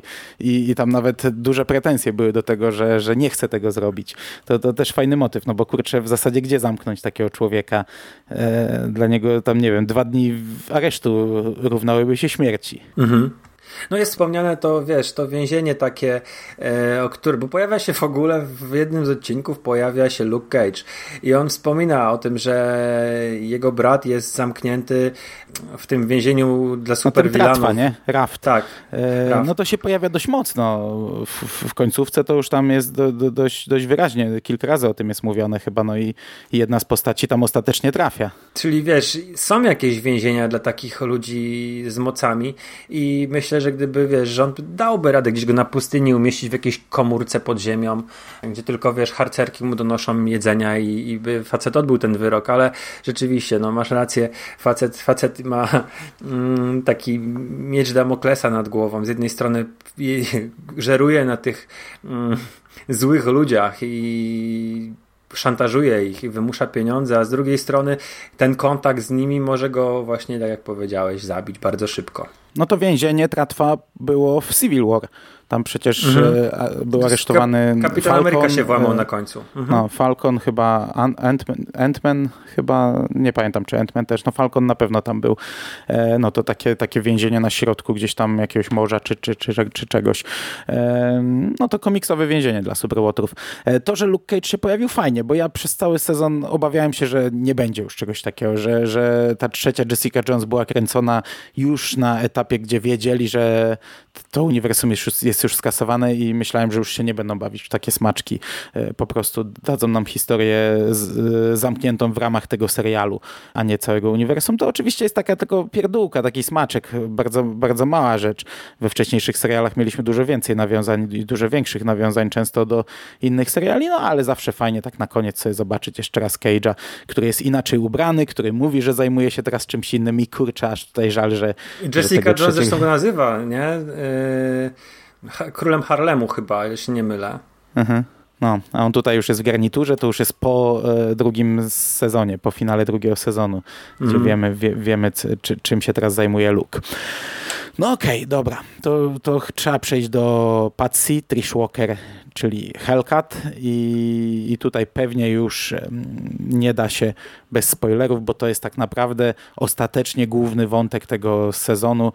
B: i tam nawet duże pretensje były do tego, że nie chce tego zrobić. To też fajny motyw, bo w zasadzie gdzie zamknąć takiego człowieka? Dla niego tam, 2 dni aresztu równałyby się śmierci.
E: Mhm. No jest wspomniane to więzienie takie, bo pojawia się w ogóle w jednym z odcinków pojawia się Luke Cage i on wspomina o tym, że jego brat jest zamknięty w tym więzieniu dla superwilanów.
B: Tratwa, nie? Raft.
E: Tak. Raft.
B: No to się pojawia dość mocno. W końcówce to już tam jest dość wyraźnie. Kilka razy o tym jest mówione chyba, i jedna z postaci tam ostatecznie trafia.
E: Czyli są jakieś więzienia dla takich ludzi z mocami i myślę, że gdyby, rząd dałby radę gdzieś go na pustyni umieścić w jakiejś komórce pod ziemią, gdzie tylko, harcerki mu donoszą jedzenia i by facet odbył ten wyrok, ale rzeczywiście, masz rację, facet ma taki miecz Damoklesa nad głową. Z jednej strony żeruje na tych złych ludziach i szantażuje ich i wymusza pieniądze, a z drugiej strony ten kontakt z nimi może go właśnie, tak jak powiedziałeś, zabić bardzo szybko.
B: No to więzienie Tratwa było w Civil War. Tam przecież był aresztowany
E: Kapitan
B: Falcon,
E: Ameryka się włamał na końcu.
B: Falcon chyba, Ant-Man chyba, nie pamiętam czy Ant-Man też, Falcon na pewno tam był. To takie więzienie na środku gdzieś tam jakiegoś morza czy czegoś. To komiksowe więzienie dla superłotrów. To, że Luke Cage się pojawił fajnie, bo ja przez cały sezon obawiałem się, że nie będzie już czegoś takiego, że ta trzecia Jessica Jones była kręcona już na etapie, gdzie wiedzieli, że to uniwersum jest już skasowane i myślałem, że już się nie będą bawić w takie smaczki. Po prostu dadzą nam historię zamkniętą w ramach tego serialu, a nie całego uniwersum. To oczywiście jest taka tylko pierdółka, taki smaczek, bardzo, bardzo mała rzecz. We wcześniejszych serialach mieliśmy dużo więcej nawiązań i dużo większych nawiązań często do innych seriali, ale zawsze fajnie tak na koniec sobie zobaczyć jeszcze raz Cage'a, który jest inaczej ubrany, który mówi, że zajmuje się teraz czymś innym i kurczę, aż tutaj żal, że
E: Jessica Jones zresztą go nazywa, nie? Królem Harlemu chyba, jeśli nie mylę.
B: A on tutaj już jest w garniturze, to już jest po drugim sezonie, po finale drugiego sezonu, gdzie wiemy czym się teraz zajmuje Luke. Okej, dobra. To trzeba przejść do Patsy, Trish Walker, czyli Hellcat i tutaj pewnie już nie da się bez spoilerów, bo to jest tak naprawdę ostatecznie główny wątek tego sezonu,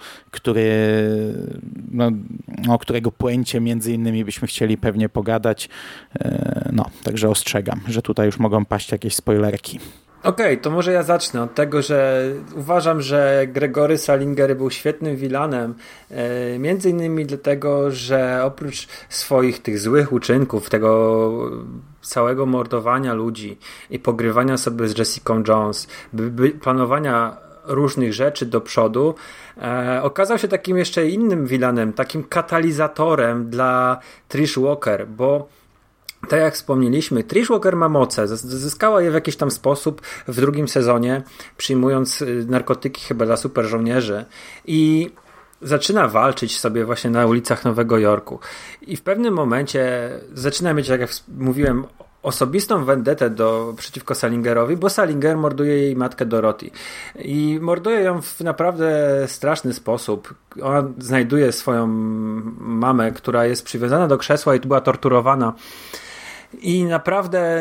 B: o którego puencie między innymi byśmy chcieli pewnie pogadać. Także ostrzegam, że tutaj już mogą paść jakieś spoilerki.
E: Okej, to może ja zacznę od tego, że uważam, że Gregory Salinger był świetnym vilanem, między innymi dlatego, że oprócz swoich tych złych uczynków, tego całego mordowania ludzi i pogrywania sobie z Jessica Jones, planowania różnych rzeczy do przodu, okazał się takim jeszcze innym vilanem, takim katalizatorem dla Trish Walker, bo tak jak wspomnieliśmy, Trish Walker ma moce, zyskała je w jakiś tam sposób w drugim sezonie, przyjmując narkotyki chyba dla super żołnierzy i zaczyna walczyć sobie właśnie na ulicach Nowego Jorku i w pewnym momencie zaczyna mieć, jak mówiłem, osobistą vendetę przeciwko Salingerowi, bo Salinger morduje jej matkę Dorothy i morduje ją w naprawdę straszny sposób. Ona znajduje swoją mamę, która jest przywiązana do krzesła i była torturowana. I naprawdę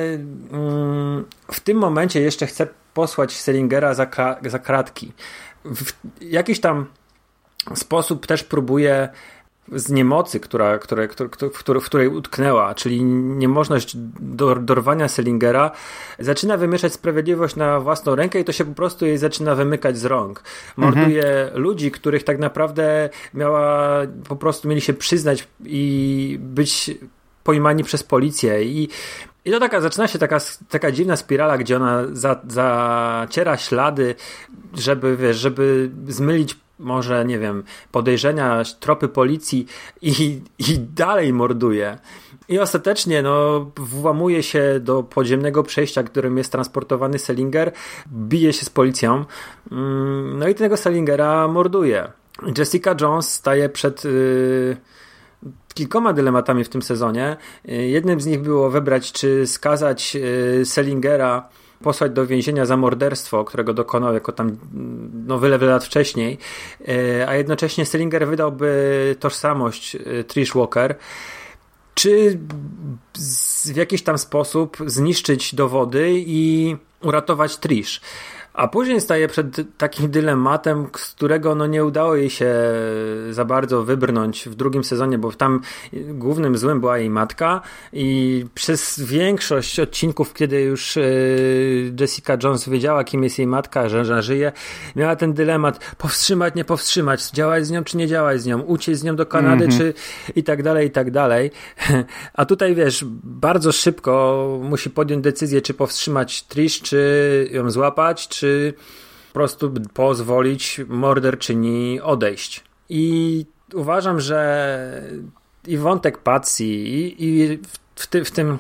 E: w tym momencie jeszcze chce posłać Salingera za kratki. W jakiś tam sposób też próbuje z niemocy, w której utknęła, czyli niemożność dorwania Salingera, zaczyna wymieszać sprawiedliwość na własną rękę i to się po prostu jej zaczyna wymykać z rąk. Morduje ludzi, których tak naprawdę mieli się przyznać i być pojmani przez policję i to zaczyna się taka dziwna spirala, gdzie ona zaciera ślady, żeby zmylić może, nie wiem, podejrzenia, tropy policji i dalej morduje. I ostatecznie włamuje się do podziemnego przejścia, którym jest transportowany Salinger, bije się z policją, i tego Salingera morduje. Jessica Jones staje przed kilkoma dylematami w tym sezonie. Jednym z nich było wybrać, czy skazać Salingera, posłać do więzienia za morderstwo, którego dokonał jako tam wiele lat wcześniej, a jednocześnie Salinger wydałby tożsamość Trish Walker, czy w jakiś tam sposób zniszczyć dowody i uratować Trish. A później staje przed takim dylematem, z którego nie udało jej się za bardzo wybrnąć w drugim sezonie, bo tam głównym złym była jej matka i przez większość odcinków, kiedy już Jessica Jones wiedziała, kim jest jej matka, że żyje, miała ten dylemat: powstrzymać, nie powstrzymać, działać z nią, czy nie działać z nią, uciec z nią do Kanady, czy i tak dalej, i tak dalej. A tutaj bardzo szybko musi podjąć decyzję, czy powstrzymać Trish, czy ją złapać, czy po prostu pozwolić morderczyni odejść. I uważam, że i wątek Patsy i w tym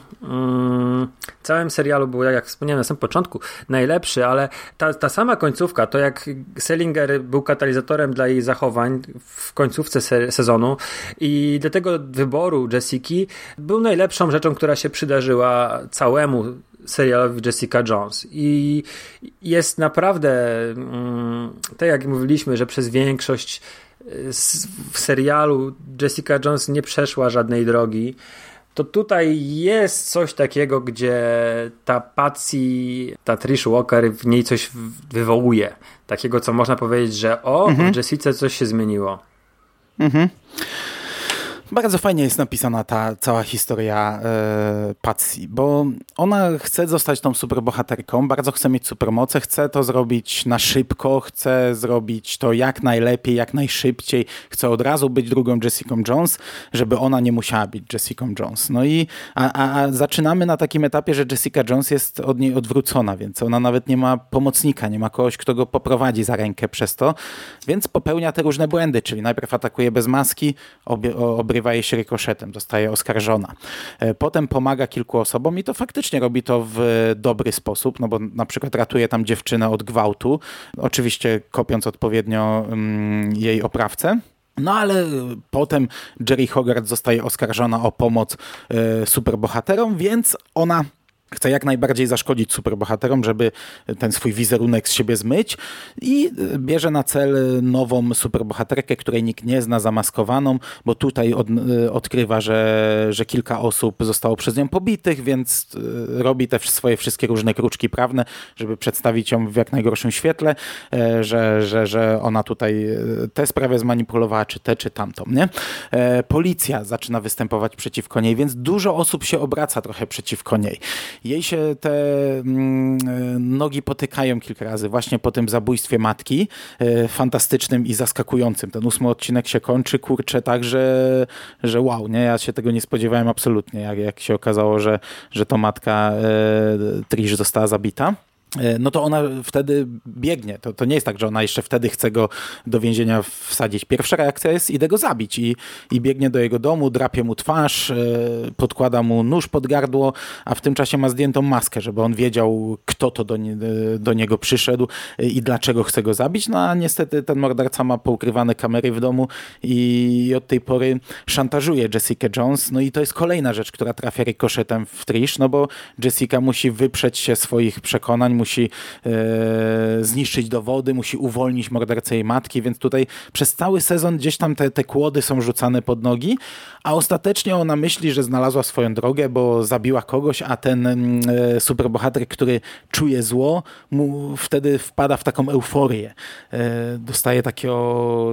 E: całym serialu był, jak wspomniałem na samym początku, najlepszy, ale ta sama końcówka, to jak Salinger był katalizatorem dla jej zachowań w końcówce sezonu i do tego wyboru Jessiki był najlepszą rzeczą, która się przydarzyła całemu serialowi Jessica Jones. I jest naprawdę, tak jak mówiliśmy, że przez większość w serialu Jessica Jones nie przeszła żadnej drogi, to tutaj jest coś takiego, gdzie ta Patsy, ta Trish Walker w niej coś wywołuje. Takiego, co można powiedzieć, że w Jessice coś się zmieniło.
B: Bardzo fajnie jest napisana ta cała historia Patsy, bo ona chce zostać tą superbohaterką, bardzo chce mieć supermoce, chce to zrobić na szybko, chce zrobić to jak najlepiej, jak najszybciej, chce od razu być drugą Jessica Jones, żeby ona nie musiała być Jessica Jones. A zaczynamy na takim etapie, że Jessica Jones jest od niej odwrócona, więc ona nawet nie ma pomocnika, nie ma kogoś, kto go poprowadzi za rękę przez to, więc popełnia te różne błędy, czyli najpierw atakuje bez maski, obrywa jej się rykoszetem, zostaje oskarżona. Potem pomaga kilku osobom i to faktycznie robi to w dobry sposób, bo na przykład ratuje tam dziewczynę od gwałtu, oczywiście kopiąc odpowiednio jej oprawcę. Ale potem Jeri Hogarth zostaje oskarżona o pomoc superbohaterom, więc ona chce jak najbardziej zaszkodzić superbohaterom, żeby ten swój wizerunek z siebie zmyć i bierze na cel nową superbohaterkę, której nikt nie zna, zamaskowaną, bo tutaj odkrywa, że kilka osób zostało przez nią pobitych, więc robi te swoje wszystkie różne kruczki prawne, żeby przedstawić ją w jak najgorszym świetle, że ona tutaj tę sprawę zmanipulowała, czy tę, czy tamtą, nie? Policja zaczyna występować przeciwko niej, więc dużo osób się obraca trochę przeciwko niej. Jej się te nogi potykają kilka razy właśnie po tym zabójstwie matki, fantastycznym i zaskakującym. Ten 8 odcinek się kończy, kurczę, tak, że wow, nie? Ja się tego nie spodziewałem absolutnie, jak się okazało, że to matka Trish została zabita. No to ona wtedy biegnie. To nie jest tak, że ona jeszcze wtedy chce go do więzienia wsadzić. Pierwsza reakcja jest, idę go zabić i biegnie do jego domu, drapie mu twarz, podkłada mu nóż pod gardło, a w tym czasie ma zdjętą maskę, żeby on wiedział, kto to do niego przyszedł i dlaczego chce go zabić. No a niestety ten morderca ma poukrywane kamery w domu i od tej pory szantażuje Jessica Jones. No i to jest kolejna rzecz, która trafia rykoszetem w Trish, no bo Jessica musi wyprzeć się swoich przekonań, musi zniszczyć dowody, musi uwolnić mordercę jej matki, więc tutaj przez cały sezon gdzieś tam te kłody są rzucane pod nogi, a ostatecznie ona myśli, że znalazła swoją drogę, bo zabiła kogoś, a ten superbohater, który czuje zło, mu wtedy wpada w taką euforię. Dostaje takiego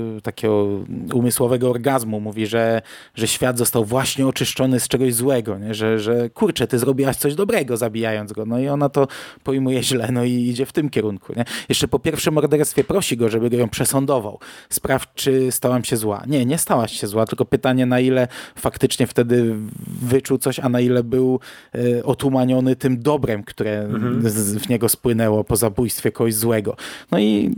B: umysłowego orgazmu. Mówi, że świat został właśnie oczyszczony z czegoś złego, nie? Że kurczę, ty zrobiłaś coś dobrego zabijając go. No i ona to pojmuje źle, no i idzie w tym kierunku. Nie? Jeszcze po pierwszym morderstwie prosi go, żeby ją przesądował. Sprawdź, czy stałam się zła. Nie stałaś się zła, tylko pytanie, na ile faktycznie wtedy wyczuł coś, a na ile był otumaniony tym dobrem, które w niego spłynęło po zabójstwie kogoś złego. No i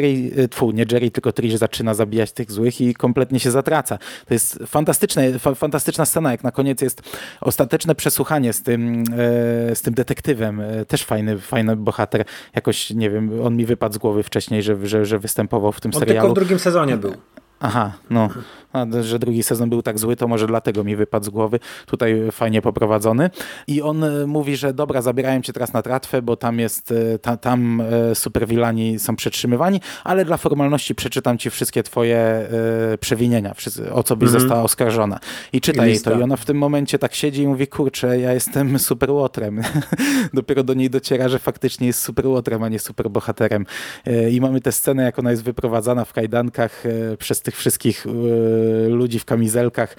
B: Jerry, tylko Trish zaczyna zabijać tych złych i kompletnie się zatraca. To jest fantastyczna scena, jak na koniec jest ostateczne przesłuchanie z tym detektywem. Też fajny bohater. Jakoś, nie wiem, on mi wypadł z głowy wcześniej, że występował w tym serialu.
E: On tylko w drugim sezonie był.
B: Aha, no. A, że drugi sezon był tak zły, to może dlatego mi wypadł z głowy. Tutaj fajnie poprowadzony. I on mówi, że dobra, zabierają cię teraz na tratwę, bo tam jest, tam superwilani są przetrzymywani, ale dla formalności przeczytam ci wszystkie twoje przewinienia, o co byś została oskarżona. I czyta jej to. I ona w tym momencie tak siedzi i mówi, kurczę, ja jestem superłotrem. Dopiero do niej dociera, że faktycznie jest superłotrem, a nie superbohaterem. I mamy tę scenę, jak ona jest wyprowadzana w kajdankach przez tych wszystkich ludzi w kamizelkach,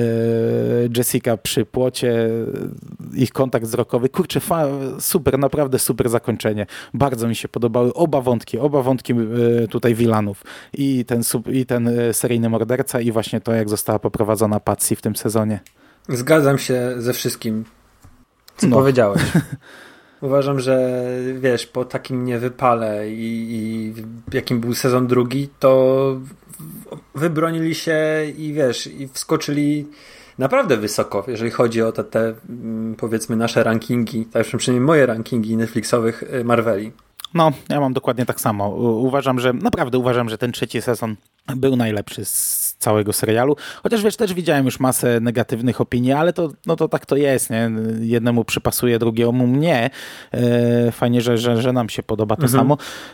B: Jessica przy płocie, ich kontakt wzrokowy. Kurczę, super, naprawdę super zakończenie. Bardzo mi się podobały oba wątki tutaj wilanów. I ten seryjny morderca i właśnie to, jak została poprowadzona Patsy w tym sezonie.
E: Zgadzam się ze wszystkim, co powiedziałeś. Uważam, że wiesz, po takim niewypale i jakim był sezon drugi, to wybronili się i wiesz, i wskoczyli naprawdę wysoko, jeżeli chodzi o te powiedzmy nasze rankingi, tak przynajmniej moje rankingi Netflixowych Marveli.
B: No, ja mam dokładnie tak samo. Naprawdę uważam, że ten trzeci sezon był najlepszy z całego serialu. Chociaż wiesz, też widziałem już masę negatywnych opinii, ale to tak to jest, nie? Jednemu przypasuje, drugiemu nie. Fajnie, że nam się podoba to samo.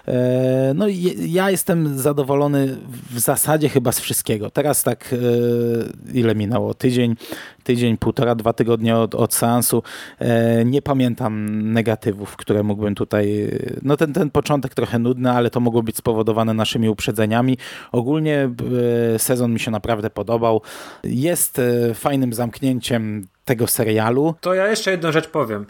B: No ja jestem zadowolony w zasadzie chyba z wszystkiego. Teraz tak ile minęło? Tydzień, półtora, 2 tygodnie od seansu. Nie pamiętam negatywów, które mógłbym tutaj... No ten początek trochę nudny, ale to mogło być spowodowane naszymi uprzedzeniami. Ogólnie sezon mi się naprawdę podobał. Jest fajnym zamknięciem tego serialu.
E: To ja jeszcze jedną rzecz powiem,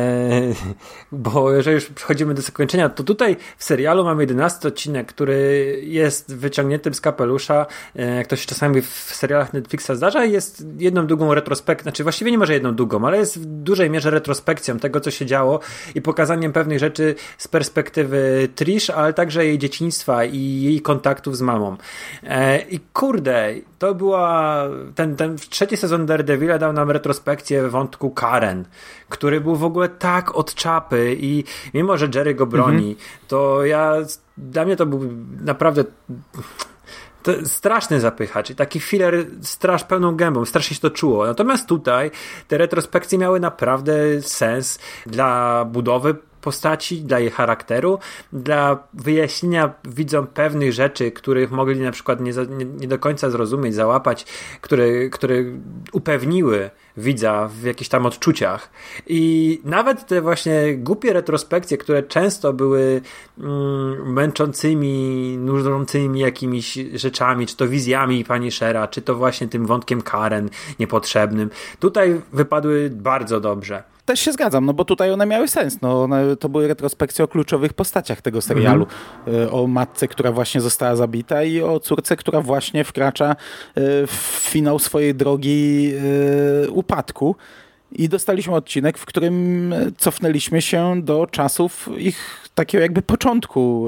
E: bo jeżeli już przechodzimy do zakończenia, to tutaj w serialu mamy 11 odcinek, który jest wyciągniętym z kapelusza, jak to się czasami w serialach Netflixa zdarza, jest jedną długą retrospekcją, znaczy właściwie nie może jedną długą, ale jest w dużej mierze retrospekcją tego, co się działo i pokazaniem pewnych rzeczy z perspektywy Trish, ale także jej dzieciństwa i jej kontaktów z mamą. I kurde, to była ten trzeci sezon Daredevila dał nam retrospekcję wątku Karen, który był w ogóle tak od czapy i mimo, że Jerry go broni, to dla mnie to był naprawdę To straszny zapychacz i taki filler pełną gębą, strasznie się to czuło. Natomiast tutaj te retrospekcje miały naprawdę sens dla budowy postaci, dla jej charakteru, dla wyjaśnienia widzom pewnych rzeczy, których mogli na przykład nie do końca zrozumieć, załapać, które upewniły widza w jakichś tam odczuciach. I nawet te właśnie głupie retrospekcje, które często były męczącymi, nużącymi jakimiś rzeczami, czy to wizjami Punishera, czy to właśnie tym wątkiem Karen niepotrzebnym, tutaj wypadły bardzo dobrze.
B: Też się zgadzam, no bo tutaj one miały sens. No, to były retrospekcje o kluczowych postaciach tego serialu. O matce, która właśnie została zabita i o córce, która właśnie wkracza w finał swojej drogi upadku. I dostaliśmy odcinek, w którym cofnęliśmy się do czasów ich takiego jakby początku,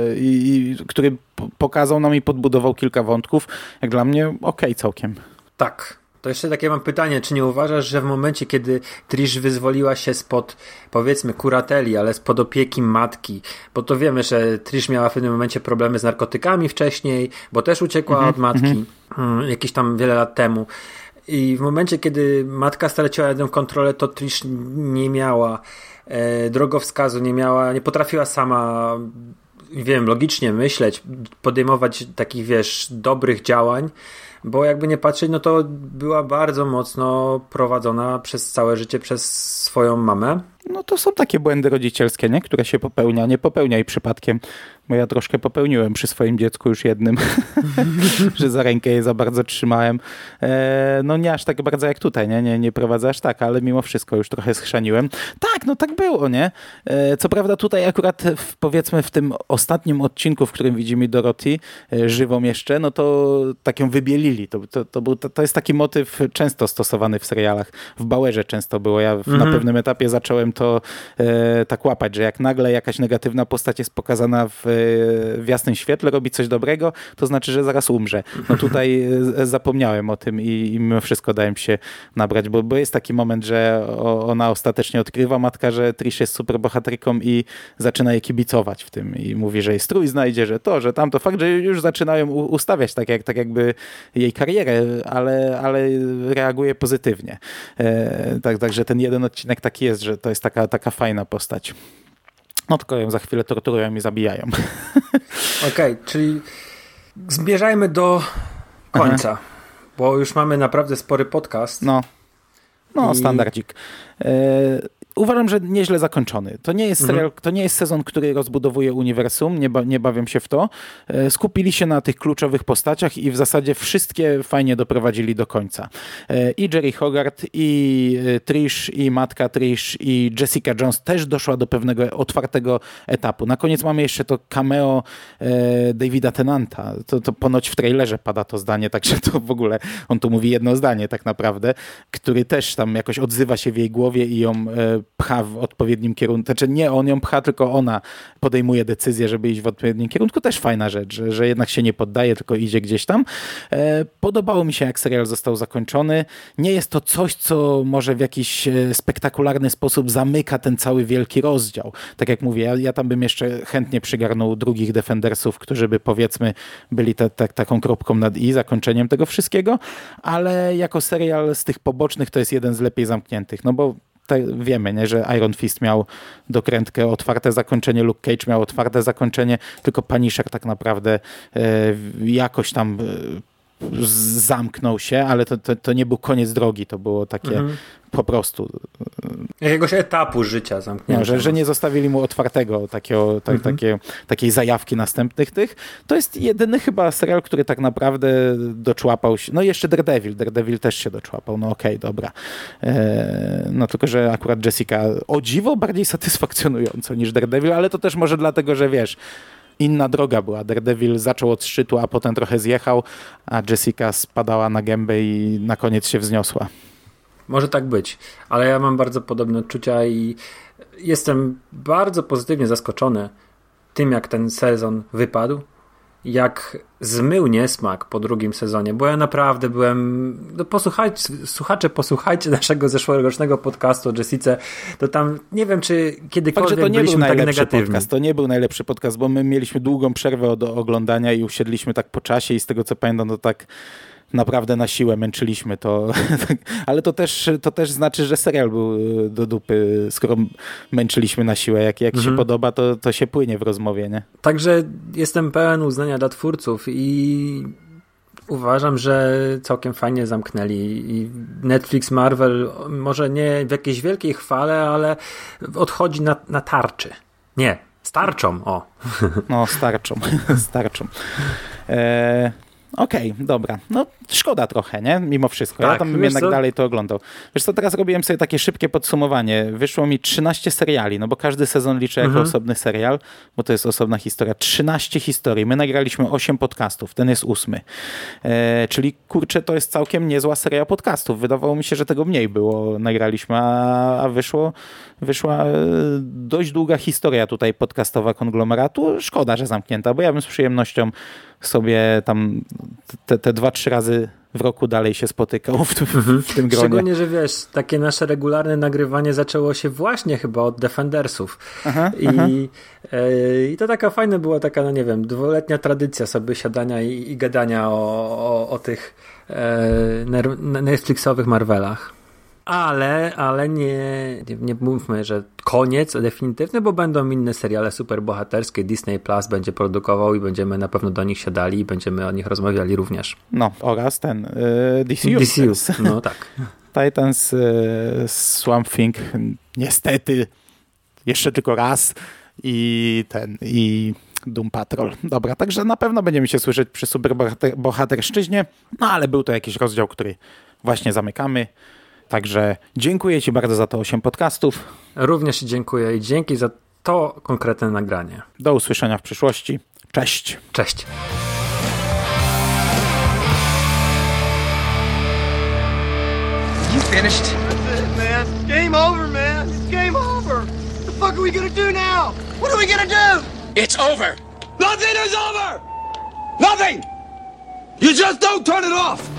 B: który pokazał nam i podbudował kilka wątków. Jak dla mnie okej, całkiem.
E: Tak. To jeszcze takie mam pytanie, czy nie uważasz, że w momencie, kiedy Trish wyzwoliła się spod, powiedzmy, kurateli, ale spod opieki matki, bo to wiemy, że Trish miała w pewnym momencie problemy z narkotykami wcześniej, bo też uciekła od matki jakieś tam wiele lat temu. I w momencie, kiedy matka straciła jedną kontrolę, to Trish nie miała drogowskazu, nie potrafiła sama, wiem, logicznie myśleć, podejmować takich, dobrych działań, bo jakby nie patrzeć, no to była bardzo mocno prowadzona przez całe życie przez swoją mamę.
B: No to są takie błędy rodzicielskie, nie? Które się popełnia. Nie popełniaj przypadkiem, bo ja troszkę popełniłem przy swoim dziecku już jednym, że za rękę je za bardzo trzymałem. No nie aż tak bardzo jak tutaj, nie prowadzę aż tak, ale mimo wszystko już trochę schrzaniłem. Tak, no tak było, nie? Co prawda tutaj akurat powiedzmy w tym ostatnim odcinku, w którym widzimy Dorothy żywą jeszcze, no to tak ją wybielili. To jest taki motyw często stosowany w serialach. W Bauerze często było. Ja na pewnym etapie zacząłem to tak łapać, że jak nagle jakaś negatywna postać jest pokazana w jasnym świetle, robi coś dobrego, to znaczy, że zaraz umrze. No tutaj zapomniałem o tym i mimo wszystko dałem się nabrać, bo jest taki moment, że ona ostatecznie odkrywa, matka, że Trish jest super bohaterką i zaczyna jej kibicować w tym i mówi, że jej strój znajdzie, że to, że tamto. Fakt, że już zaczynają ustawiać tak jakby jej karierę, ale reaguje pozytywnie. Także ten jeden odcinek taki jest, że to jest taka fajna postać. No tylko ją za chwilę torturują i zabijają.
E: Okej, czyli zmierzajmy do końca, bo już mamy naprawdę spory podcast.
B: No, standardzik. Uważam, że nieźle zakończony. To nie jest serial, to nie jest sezon, który rozbudowuje uniwersum, nie bawię się w to. Skupili się na tych kluczowych postaciach i w zasadzie wszystkie fajnie doprowadzili do końca. I Jerry Hogarth, i Trish, i matka Trish, i Jessica Jones też doszła do pewnego otwartego etapu. Na koniec mamy jeszcze to cameo Davida Tennanta. To ponoć w trailerze pada to zdanie, także to w ogóle on tu mówi jedno zdanie tak naprawdę, który też tam jakoś odzywa się w jej głowie i ją pcha w odpowiednim kierunku. Znaczy nie on ją pcha, tylko ona podejmuje decyzję, żeby iść w odpowiednim kierunku. Też fajna rzecz, że jednak się nie poddaje, tylko idzie gdzieś tam. Podobało mi się, jak serial został zakończony. Nie jest to coś, co może w jakiś spektakularny sposób zamyka ten cały wielki rozdział. Tak jak mówię, ja tam bym jeszcze chętnie przygarnął drugich Defendersów, którzy by powiedzmy byli taką kropką nad i, zakończeniem tego wszystkiego, ale jako serial z tych pobocznych to jest jeden z lepiej zamkniętych, no bo wiemy, nie, że Iron Fist miał dokrętkę, otwarte zakończenie, Luke Cage miał otwarte zakończenie, tylko Punisher tak naprawdę jakoś tam zamknął się, ale to nie był koniec drogi, to było takie po prostu
E: jakiegoś etapu życia zamknięcia.
B: No, że nie zostawili mu otwartego takiej zajawki następnych tych. To jest jedyny chyba serial, który tak naprawdę doczłapał się. No i jeszcze Daredevil też się doczłapał. No okej, dobra. No tylko, że akurat Jessica o dziwo bardziej satysfakcjonująco niż Daredevil, ale to też może dlatego, że wiesz, inna droga była. Daredevil zaczął od szczytu, a potem trochę zjechał, a Jessica spadała na gębę i na koniec się wzniosła.
E: Może tak być, ale ja mam bardzo podobne odczucia i jestem bardzo pozytywnie zaskoczony tym, jak ten sezon wypadł. jak zmył niesmak po drugim sezonie, bo ja naprawdę byłem... No posłuchajcie naszego zeszłorocznego podcastu o Jessice, to tam nie wiem, czy kiedykolwiek
B: to nie
E: byliśmy
B: był
E: tak
B: najlepszy
E: negatywni.
B: podcast. To nie był najlepszy podcast, bo my mieliśmy długą przerwę od oglądania i usiedliśmy tak po czasie i z tego co pamiętam, to tak naprawdę na siłę męczyliśmy to. Ale to też znaczy, że serial był do dupy, skoro męczyliśmy na siłę. Jak się podoba, to się płynie w rozmowie, nie?
E: Także jestem pełen uznania dla twórców i uważam, że całkiem fajnie zamknęli. I Netflix, Marvel może nie w jakiejś wielkiej chwale, ale odchodzi na tarczy. Nie, starczą, o.
B: No, starczą. Okej, dobra. No szkoda trochę, nie? Mimo wszystko.
E: Tak,
B: ja tam bym jednak dalej to oglądał. Wiesz co, teraz robiłem sobie takie szybkie podsumowanie. Wyszło mi 13 seriali, no bo każdy sezon liczę jako osobny serial, bo to jest osobna historia. 13 historii. My nagraliśmy 8 podcastów, ten jest 8. Czyli kurczę, to jest całkiem niezła seria podcastów. Wydawało mi się, że tego mniej było. Nagraliśmy, a wyszła dość długa historia tutaj podcastowa konglomeratu. Szkoda, że zamknięta, bo ja bym z przyjemnością sobie tam te 2-3 razy w roku dalej się spotykał w tym gronie.
E: Szczególnie, że wiesz, takie nasze regularne nagrywanie zaczęło się właśnie chyba od Defendersów. I to taka fajna była taka, no nie wiem, 2-letnia tradycja sobie siadania i gadania o tych Netflixowych Marvelach. Ale nie mówmy, że koniec definitywny, bo będą inne seriale superbohaterskie. Disney Plus będzie produkował i będziemy na pewno do nich siadali i będziemy o nich rozmawiali również.
B: No, oraz ten DCU.
E: No tak.
B: Titans, Swamp Thing, niestety jeszcze tylko raz i Doom Patrol. Dobra, także na pewno będziemy się słyszeć przy superbohaterszczyźnie, no ale był to jakiś rozdział, który właśnie zamykamy. Także dziękuję Ci bardzo za to 8 podcastów.
E: Również dziękuję i dzięki za to konkretne nagranie.
B: Do usłyszenia w przyszłości. Cześć.
E: Cześć.
C: You finished? That's it, man. Game over, man. It's game over. What the fuck are we gonna do now? What are we gonna do?
D: It's over.
C: Nothing is over! Nothing! You just don't turn it off!